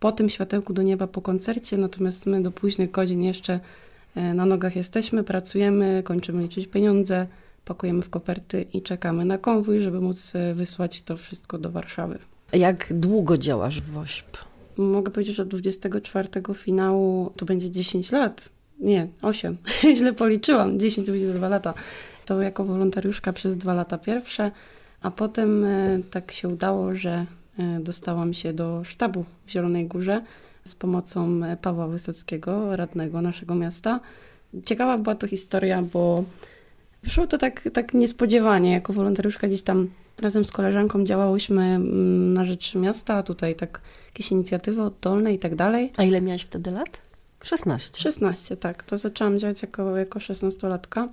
po tym światełku do nieba po koncercie, natomiast my do późnych godzin jeszcze na nogach jesteśmy, pracujemy, kończymy liczyć pieniądze, pakujemy w koperty i czekamy na konwój, żeby móc wysłać to wszystko do Warszawy. Jak długo działasz w WOŚP? Mogę powiedzieć, że od dwudziestego czwartego finału to będzie dziesięć lat. Nie, osiem. Źle policzyłam. dziesięć to będzie dwa lata. To jako wolontariuszka przez dwa lata pierwsze, a potem tak się udało, że dostałam się do sztabu w Zielonej Górze z pomocą Pawła Wysockiego, radnego naszego miasta. Ciekawa była to historia, bo wyszło to tak, tak niespodziewanie. Jako wolontariuszka gdzieś tam razem z koleżanką działałyśmy na rzecz miasta, tutaj tak jakieś inicjatywy oddolne i tak dalej. A ile miałaś wtedy lat? szesnaście. szesnaście, tak. To zaczęłam działać jako, jako szesnastolatka.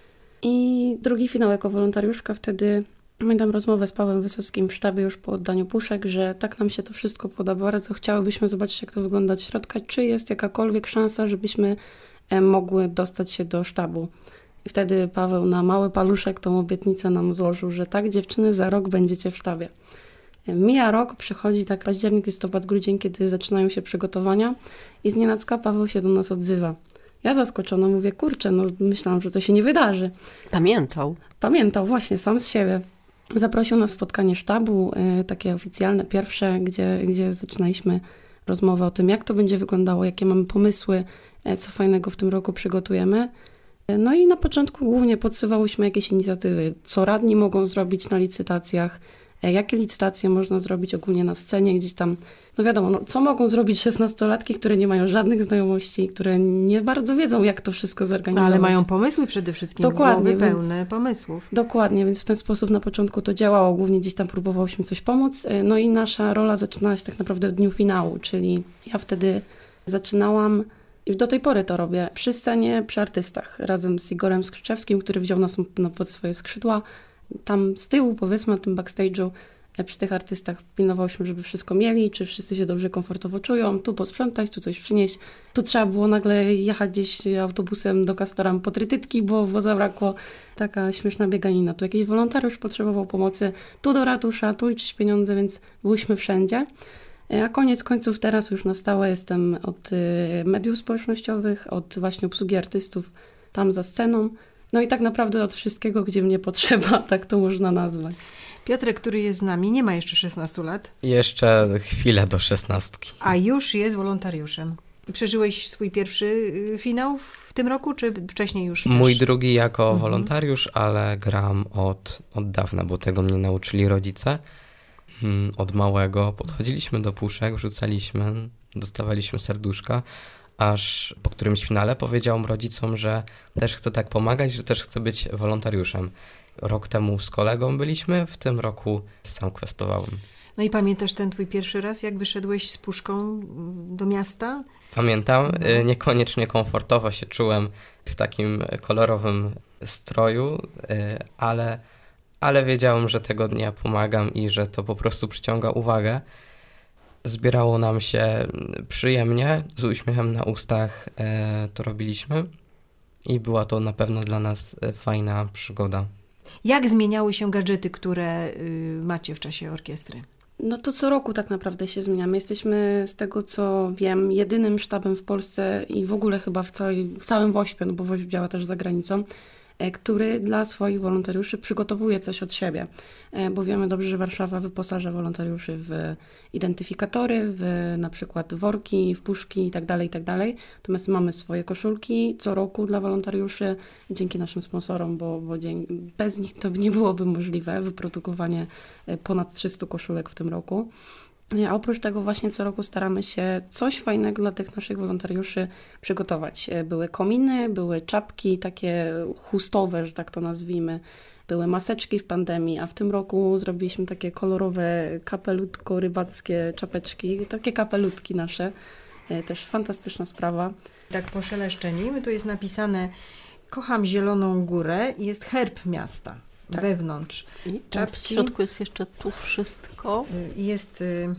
I drugi finał jako wolontariuszka wtedy, pamiętam rozmowę z Pawłem Wysockim w sztabie już po oddaniu puszek, że tak nam się to wszystko podoba, bardzo chciałybyśmy zobaczyć, jak to wygląda od środka, czy jest jakakolwiek szansa, żebyśmy mogły dostać się do sztabu. I wtedy Paweł na mały paluszek tą obietnicę nam złożył, że tak, dziewczyny, za rok będziecie w sztabie. Mija rok, przychodzi tak październik, listopad, grudzień, kiedy zaczynają się przygotowania i znienacka Paweł się do nas odzywa. Ja zaskoczona mówię, kurczę, no myślałam, że to się nie wydarzy. Pamiętał. Pamiętał, właśnie, sam z siebie. Zaprosił nas na spotkanie sztabu, y, takie oficjalne, pierwsze, gdzie, gdzie zaczynaliśmy rozmowę o tym, jak to będzie wyglądało, jakie mamy pomysły, y, co fajnego w tym roku przygotujemy. No i na początku głównie podsuwałyśmy jakieś inicjatywy, co radni mogą zrobić na licytacjach, jakie licytacje można zrobić ogólnie na scenie, gdzieś tam, no wiadomo, no, co mogą zrobić szesnastolatki, które nie mają żadnych znajomości, które nie bardzo wiedzą, jak to wszystko zorganizować. No, ale mają pomysły przede wszystkim, dokładnie, głowy pełne więc, pomysłów. Dokładnie, więc w ten sposób na początku to działało, głównie gdzieś tam próbowałyśmy coś pomóc, no i nasza rola zaczynała się tak naprawdę w dniu finału, czyli ja wtedy zaczynałam i do tej pory to robię przy scenie, przy artystach, razem z Igorem Skrzyczewskim, który wziął nas na pod swoje skrzydła. Tam z tyłu, powiedzmy, na tym backstage'u, przy tych artystach pilnowałyśmy, żeby wszystko mieli, czy wszyscy się dobrze, komfortowo czują, tu posprzątać, tu coś przynieść. Tu trzeba było nagle jechać gdzieś autobusem do Kastoram po trytytki, bo, bo zabrakło. Taka śmieszna bieganina. Tu jakiś wolontariusz potrzebował pomocy, tu do ratusza, tu liczyć pieniądze, więc byliśmy wszędzie. A koniec końców teraz już na stałe jestem od mediów społecznościowych, od właśnie obsługi artystów tam za sceną. No i tak naprawdę od wszystkiego, gdzie mnie potrzeba, tak to można nazwać. Piotrek, który jest z nami, nie ma jeszcze szesnastu lat. Jeszcze chwilę do szesnastki. A już jest wolontariuszem. Przeżyłeś swój pierwszy finał w tym roku, czy wcześniej już też? Mój drugi jako mhm. wolontariusz, ale gram od, od dawna, bo tego mnie nauczyli rodzice. Od małego podchodziliśmy do puszek, wrzucaliśmy, dostawaliśmy serduszka, aż po którymś finale powiedziałam rodzicom, że też chcę tak pomagać, że też chcę być wolontariuszem. Rok temu z kolegą byliśmy, w tym roku sam kwestowałem. No i pamiętasz ten twój pierwszy raz, jak wyszedłeś z puszką do miasta? Pamiętam, no. Niekoniecznie komfortowo się czułem w takim kolorowym stroju, ale, ale wiedziałem, że tego dnia pomagam i że to po prostu przyciąga uwagę. Zbierało nam się przyjemnie, z uśmiechem na ustach to robiliśmy i była to na pewno dla nas fajna przygoda. Jak zmieniały się gadżety, które macie w czasie orkiestry? No to co roku tak naprawdę się zmieniamy. Jesteśmy, z tego co wiem, jedynym sztabem w Polsce i w ogóle chyba w, całej, w całym WOŚPie, no bo WOŚP działa też za granicą, który dla swoich wolontariuszy przygotowuje coś od siebie. Bo wiemy dobrze, że Warszawa wyposaża wolontariuszy w identyfikatory, w na przykład worki, w puszki itd., itd. Natomiast mamy swoje koszulki co roku dla wolontariuszy, dzięki naszym sponsorom, bo, bo dzięki, bez nich to nie byłoby możliwe wyprodukowanie ponad trzystu koszulek w tym roku. A oprócz tego właśnie co roku staramy się coś fajnego dla tych naszych wolontariuszy przygotować. Były kominy, były czapki takie chustowe, że tak to nazwijmy, były maseczki w pandemii, a w tym roku zrobiliśmy takie kolorowe kapelutko rybackie czapeczki, takie kapelutki nasze. Też fantastyczna sprawa. Tak po szeleszczeniu, tu jest napisane kocham Zieloną Górę i jest herb miasta. Tak. Wewnątrz. I czapki. W środku jest jeszcze tu wszystko. Jest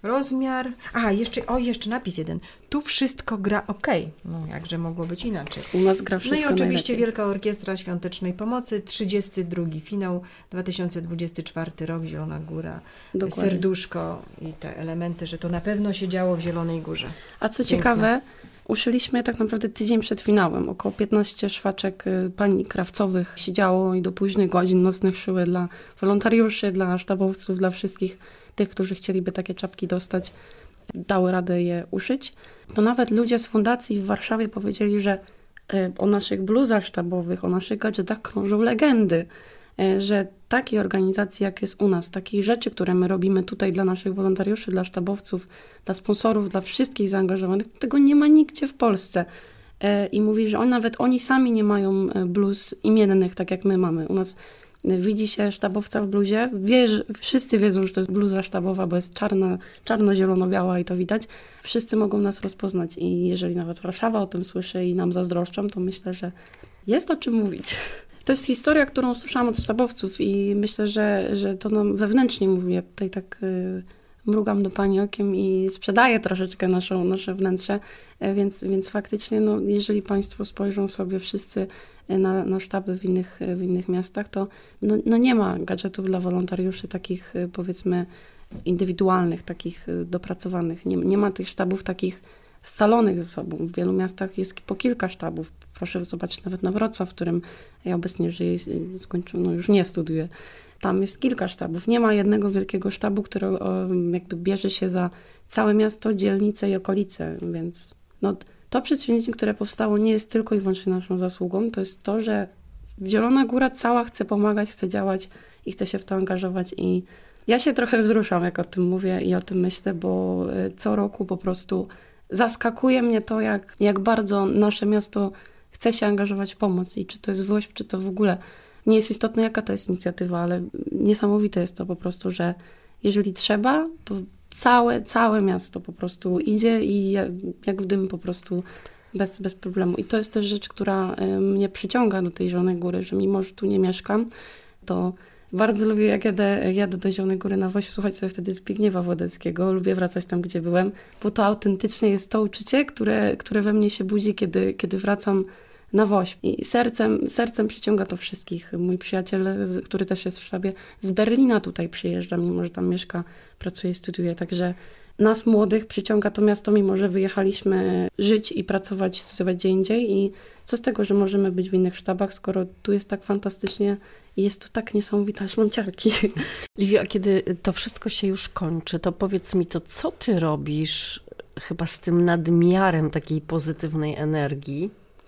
rozmiar. A, jeszcze, o, jeszcze napis jeden. Tu wszystko gra okej. No, jakże mogło być inaczej. U nas gra wszystko No i oczywiście najlepiej. Wielka Orkiestra Świątecznej Pomocy, trzydziesty drugi finał, dwa tysiące dwudziesty czwarty rok, Zielona Góra, Dokładnie. serduszko i te elementy, że to na pewno się działo w Zielonej Górze. A co Piękne. ciekawe, uszyliśmy tak naprawdę tydzień przed finałem. Około piętnaście szwaczek y, pani krawcowych siedziało i do późnych godzin nocnych szyły dla wolontariuszy, dla sztabowców, dla wszystkich tych, którzy chcieliby takie czapki dostać, dały radę je uszyć. To nawet ludzie z fundacji w Warszawie powiedzieli, że y, o naszych bluzach sztabowych, o naszych gadżetach krążą legendy, y, że takiej organizacji, jak jest u nas, takich rzeczy, które my robimy tutaj dla naszych wolontariuszy, dla sztabowców, dla sponsorów, dla wszystkich zaangażowanych, tego nie ma nigdzie w Polsce. Y, I mówi, że on, nawet oni sami nie mają bluz imiennych, tak jak my mamy. U nas widzi się sztabowca w bluzie, wie, że wszyscy wiedzą, że to jest bluza sztabowa, bo jest czarna, czarno-zielono-biała i to widać. Wszyscy mogą nas rozpoznać i jeżeli nawet Warszawa o tym słyszy i nam zazdroszczą, to myślę, że jest o czym mówić. To jest historia, którą słyszałam od sztabowców i myślę, że, że to nam wewnętrznie mówi. Ja tutaj tak y, mrugam do pani okiem i sprzedaję troszeczkę naszą, nasze wnętrze, y, więc, więc faktycznie, no, jeżeli państwo spojrzą sobie wszyscy na, na sztaby w innych, w innych miastach, to no, no nie ma gadżetów dla wolontariuszy takich, powiedzmy, indywidualnych, takich dopracowanych. Nie, nie ma tych sztabów takich scalonych ze sobą. W wielu miastach jest po kilka sztabów. Proszę zobaczyć nawet na Wrocław, w którym ja obecnie żyję, skończyłam, no już nie studiuję. Tam jest kilka sztabów. Nie ma jednego wielkiego sztabu, który jakby bierze się za całe miasto, dzielnice i okolice, więc no, to przedsięwzięcie, które powstało, nie jest tylko i wyłącznie naszą zasługą. To jest to, że Zielona Góra cała chce pomagać, chce działać i chce się w to angażować. I ja się trochę wzruszam, jak o tym mówię i o tym myślę, bo co roku po prostu zaskakuje mnie to, jak, jak bardzo nasze miasto chce się angażować w pomoc. I czy to jest WOŚP, czy to w ogóle. Nie jest istotne, jaka to jest inicjatywa, ale niesamowite jest to po prostu, że jeżeli trzeba, to Całe, całe miasto po prostu idzie i jak w dym po prostu bez, bez problemu. I to jest też rzecz, która mnie przyciąga do tej Zielonej Góry, że mimo, że tu nie mieszkam, to bardzo lubię, jak jadę, jadę do Zielonej Góry na WOŚP, słuchać sobie wtedy Zbigniewa Wodeckiego. Lubię wracać tam, gdzie byłem, bo to autentycznie jest to uczucie, które, które we mnie się budzi, kiedy, kiedy wracam na WOŚP. I sercem, sercem przyciąga to wszystkich. Mój przyjaciel, który też jest w sztabie, z Berlina tutaj przyjeżdża, mimo że tam mieszka, pracuje i studiuje. Także nas młodych przyciąga to miasto, mimo że wyjechaliśmy żyć i pracować, studiować gdzie indziej. I co z tego, że możemy być w innych sztabach, skoro tu jest tak fantastycznie i jest to tak niesamowite, aż mam ciarki. Liwio, a kiedy to wszystko się już kończy, to powiedz mi, to co ty robisz chyba z tym nadmiarem takiej pozytywnej energii?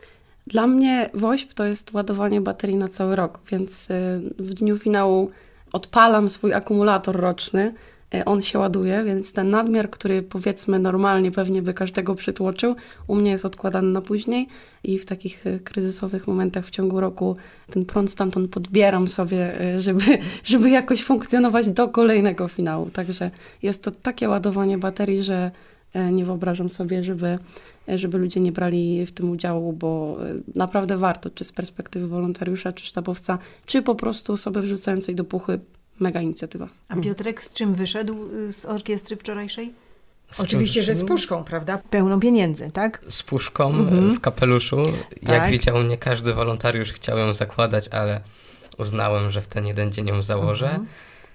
Dla mnie WOŚP to jest ładowanie baterii na cały rok, więc w dniu finału odpalam swój akumulator roczny, on się ładuje, więc ten nadmiar, który powiedzmy normalnie pewnie by każdego przytłoczył, u mnie jest odkładany na później i w takich kryzysowych momentach w ciągu roku ten prąd stamtąd podbieram sobie, żeby, żeby jakoś funkcjonować do kolejnego finału. Także jest to takie ładowanie baterii, że nie wyobrażam sobie, żeby, żeby ludzie nie brali w tym udziału, bo naprawdę warto, czy z perspektywy wolontariusza, czy sztabowca, czy po prostu osoby wrzucającej do puchy. Mega inicjatywa. A Piotrek z czym wyszedł z orkiestry wczorajszej? Z Oczywiście, że z puszką, prawda? Pełną pieniędzy, tak? Z puszką mhm. w kapeluszu. Jak tak. widział mnie każdy wolontariusz, chciał ją zakładać, ale uznałem, że w ten jeden dzień ją założę. Mhm.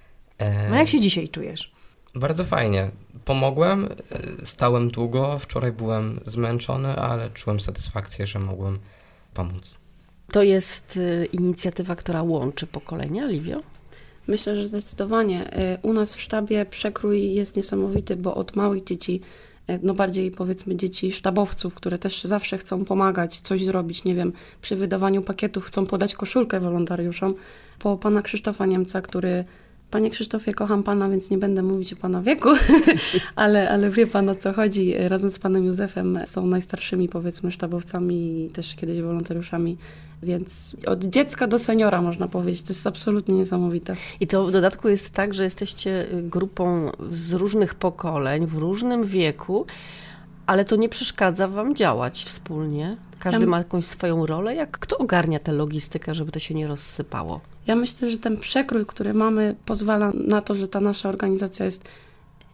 No jak się dzisiaj czujesz? Bardzo fajnie. Pomogłem, stałem długo, wczoraj byłem zmęczony, ale czułem satysfakcję, że mogłem pomóc. To jest inicjatywa, która łączy pokolenia, Liwio? Myślę, że zdecydowanie. U nas w sztabie przekrój jest niesamowity, bo od małych dzieci, no bardziej powiedzmy dzieci sztabowców, które też zawsze chcą pomagać, coś zrobić, nie wiem, przy wydawaniu pakietów chcą podać koszulkę wolontariuszom, po pana Krzysztofa Niemca, który Panie Krzysztofie, kocham pana, więc nie będę mówić o pana wieku, ale, ale wie pan, o co chodzi. Razem z panem Józefem są najstarszymi, powiedzmy, sztabowcami i też kiedyś wolontariuszami, więc od dziecka do seniora, można powiedzieć. To jest absolutnie niesamowite. I to w dodatku jest tak, że jesteście grupą z różnych pokoleń, w różnym wieku, ale to nie przeszkadza wam działać wspólnie? Każdy ma jakąś swoją rolę? Jak kto ogarnia tę logistykę, żeby to się nie rozsypało? Ja myślę, że ten przekrój, który mamy, pozwala na to, że ta nasza organizacja jest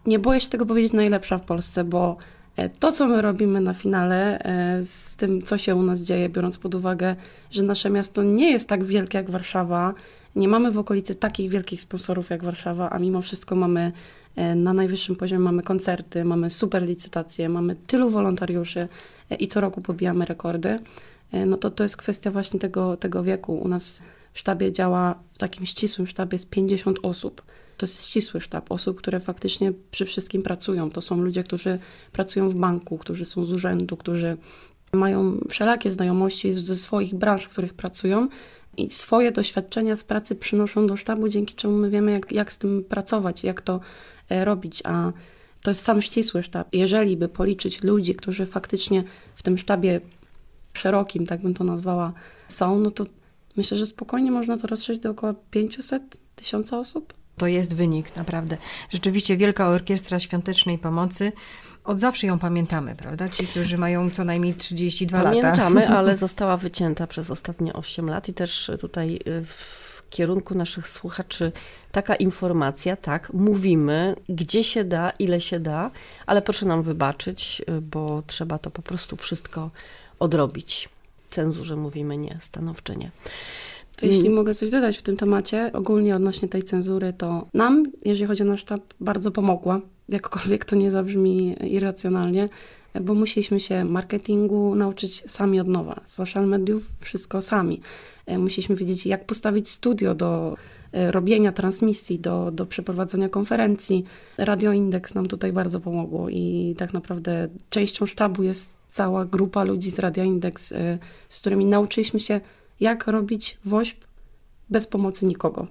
nie boję się tego powiedzieć, najlepsza w Polsce, bo to, co my robimy na finale z tym, co się u nas dzieje, biorąc pod uwagę, że nasze miasto nie jest tak wielkie jak Warszawa, nie mamy w okolicy takich wielkich sponsorów jak Warszawa, a mimo wszystko mamy na najwyższym poziomie, mamy koncerty, mamy super licytacje, mamy tylu wolontariuszy i co roku pobijamy rekordy, no to to jest kwestia właśnie tego, tego wieku. U nas w sztabie działa, w takim ścisłym sztabie jest pięćdziesiąt osób. To jest ścisły sztab osób, które faktycznie przy wszystkim pracują. To są ludzie, którzy pracują w banku, którzy są z urzędu, którzy mają wszelakie znajomości ze swoich branż, w których pracują i swoje doświadczenia z pracy przynoszą do sztabu, dzięki czemu my wiemy, jak, jak z tym pracować, jak to robić. A to jest sam ścisły sztab. Jeżeli by policzyć ludzi, którzy faktycznie w tym sztabie szerokim, tak bym to nazwała, są, no to myślę, że spokojnie można to rozszerzyć do około pięćset tysięcy osób. To jest wynik, naprawdę. Rzeczywiście Wielka Orkiestra Świątecznej Pomocy, od zawsze ją pamiętamy, prawda? Ci, którzy mają co najmniej trzydzieści dwa Pamiętamy, lata. Pamiętamy, ale została wycięta przez ostatnie osiem lat i też tutaj w kierunku naszych słuchaczy taka informacja, tak, mówimy, gdzie się da, ile się da, ale proszę nam wybaczyć, bo trzeba to po prostu wszystko odrobić. Cenzurze mówimy nie, stanowcze nie. To jeśli mogę coś dodać w tym temacie, ogólnie odnośnie tej cenzury, to nam, jeżeli chodzi o nasz sztab, bardzo pomogła, jakkolwiek to nie zabrzmi irracjonalnie, bo musieliśmy się marketingu nauczyć sami od nowa, social mediów, wszystko sami. Musieliśmy wiedzieć, jak postawić studio do robienia transmisji, do, do przeprowadzenia konferencji. Radio Indeks nam tutaj bardzo pomogło i tak naprawdę częścią sztabu jest cała grupa ludzi z Radia Indeks, z którymi nauczyliśmy się, jak robić wośp bez pomocy nikogo.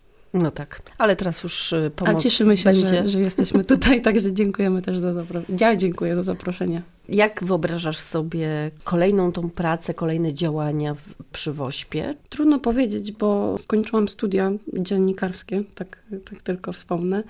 No tak, ale teraz już pomoc A cieszymy się, będzie. że, że jesteśmy tutaj, także dziękujemy też za zaproszenie. Ja dziękuję za zaproszenie. Jak wyobrażasz sobie kolejną tą pracę, kolejne działania w, przy wośpie? Trudno powiedzieć, bo skończyłam studia dziennikarskie, tak, tak tylko wspomnę,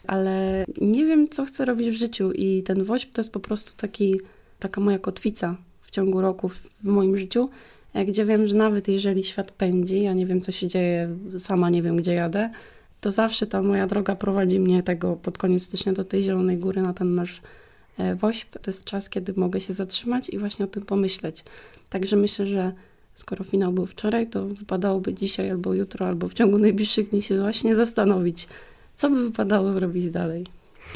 ale nie wiem, co chcę robić w życiu i ten wośp to jest po prostu taki, taka moja kotwica w ciągu roku w moim życiu, gdzie wiem, że nawet jeżeli świat pędzi, ja nie wiem, co się dzieje, sama nie wiem, gdzie jadę, to zawsze ta moja droga prowadzi mnie tego pod koniec stycznia do tej Zielonej Góry, na ten nasz wośp. To jest czas, kiedy mogę się zatrzymać i właśnie o tym pomyśleć. Także myślę, że skoro finał był wczoraj, to wypadałoby dzisiaj albo jutro, albo w ciągu najbliższych dni się właśnie zastanowić, co by wypadało zrobić dalej.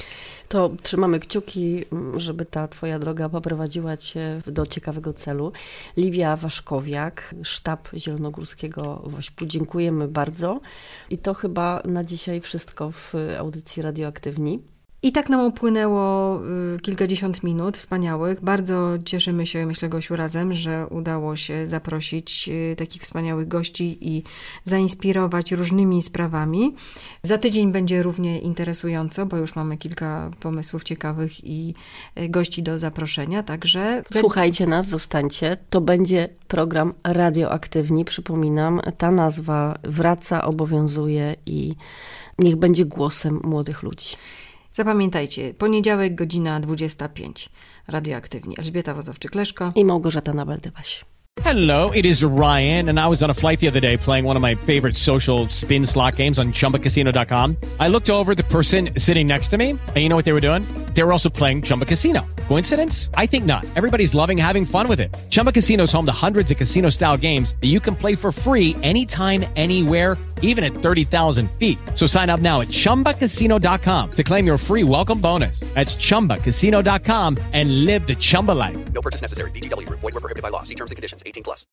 To trzymamy kciuki, żeby ta twoja droga poprowadziła cię do ciekawego celu. Liwia Waszkowiak, sztab Zielonogórskiego Wośpu. Dziękujemy bardzo. I to chyba na dzisiaj wszystko w audycji Radioaktywni. I tak nam upłynęło kilkadziesiąt minut wspaniałych. Bardzo cieszymy się, myślę, Gosiu, razem, że udało się zaprosić takich wspaniałych gości i zainspirować różnymi sprawami. Za tydzień będzie równie interesująco, bo już mamy kilka pomysłów ciekawych i gości do zaproszenia, także... Słuchajcie nas, zostańcie. To będzie program Radioaktywni. Przypominam, ta nazwa wraca, obowiązuje i niech będzie głosem młodych ludzi. Zapamiętajcie, poniedziałek, godzina dwudziesta pięć. Radioaktywni. Elżbieta Wozowczyk-Leszko i Małgorzata Nabeldywaś. Hello, it is Ryan, and I was on a flight the other day playing one of my favorite social spin slot games on Chumba Casino dot com. I looked over at the person sitting next to me, and you know what they were doing? They were also playing Chumba Casino. Coincidence? I think not. Everybody's loving having fun with it. Chumba Casino is home to hundreds of casino-style games that you can play for free anytime, anywhere, even at thirty thousand feet. So sign up now at Chumba Casino dot com to claim your free welcome bonus. That's Chumba Casino dot com and live the Chumba life. No purchase necessary. V G W. Void where prohibited by law. See terms and conditions. eighteen plus.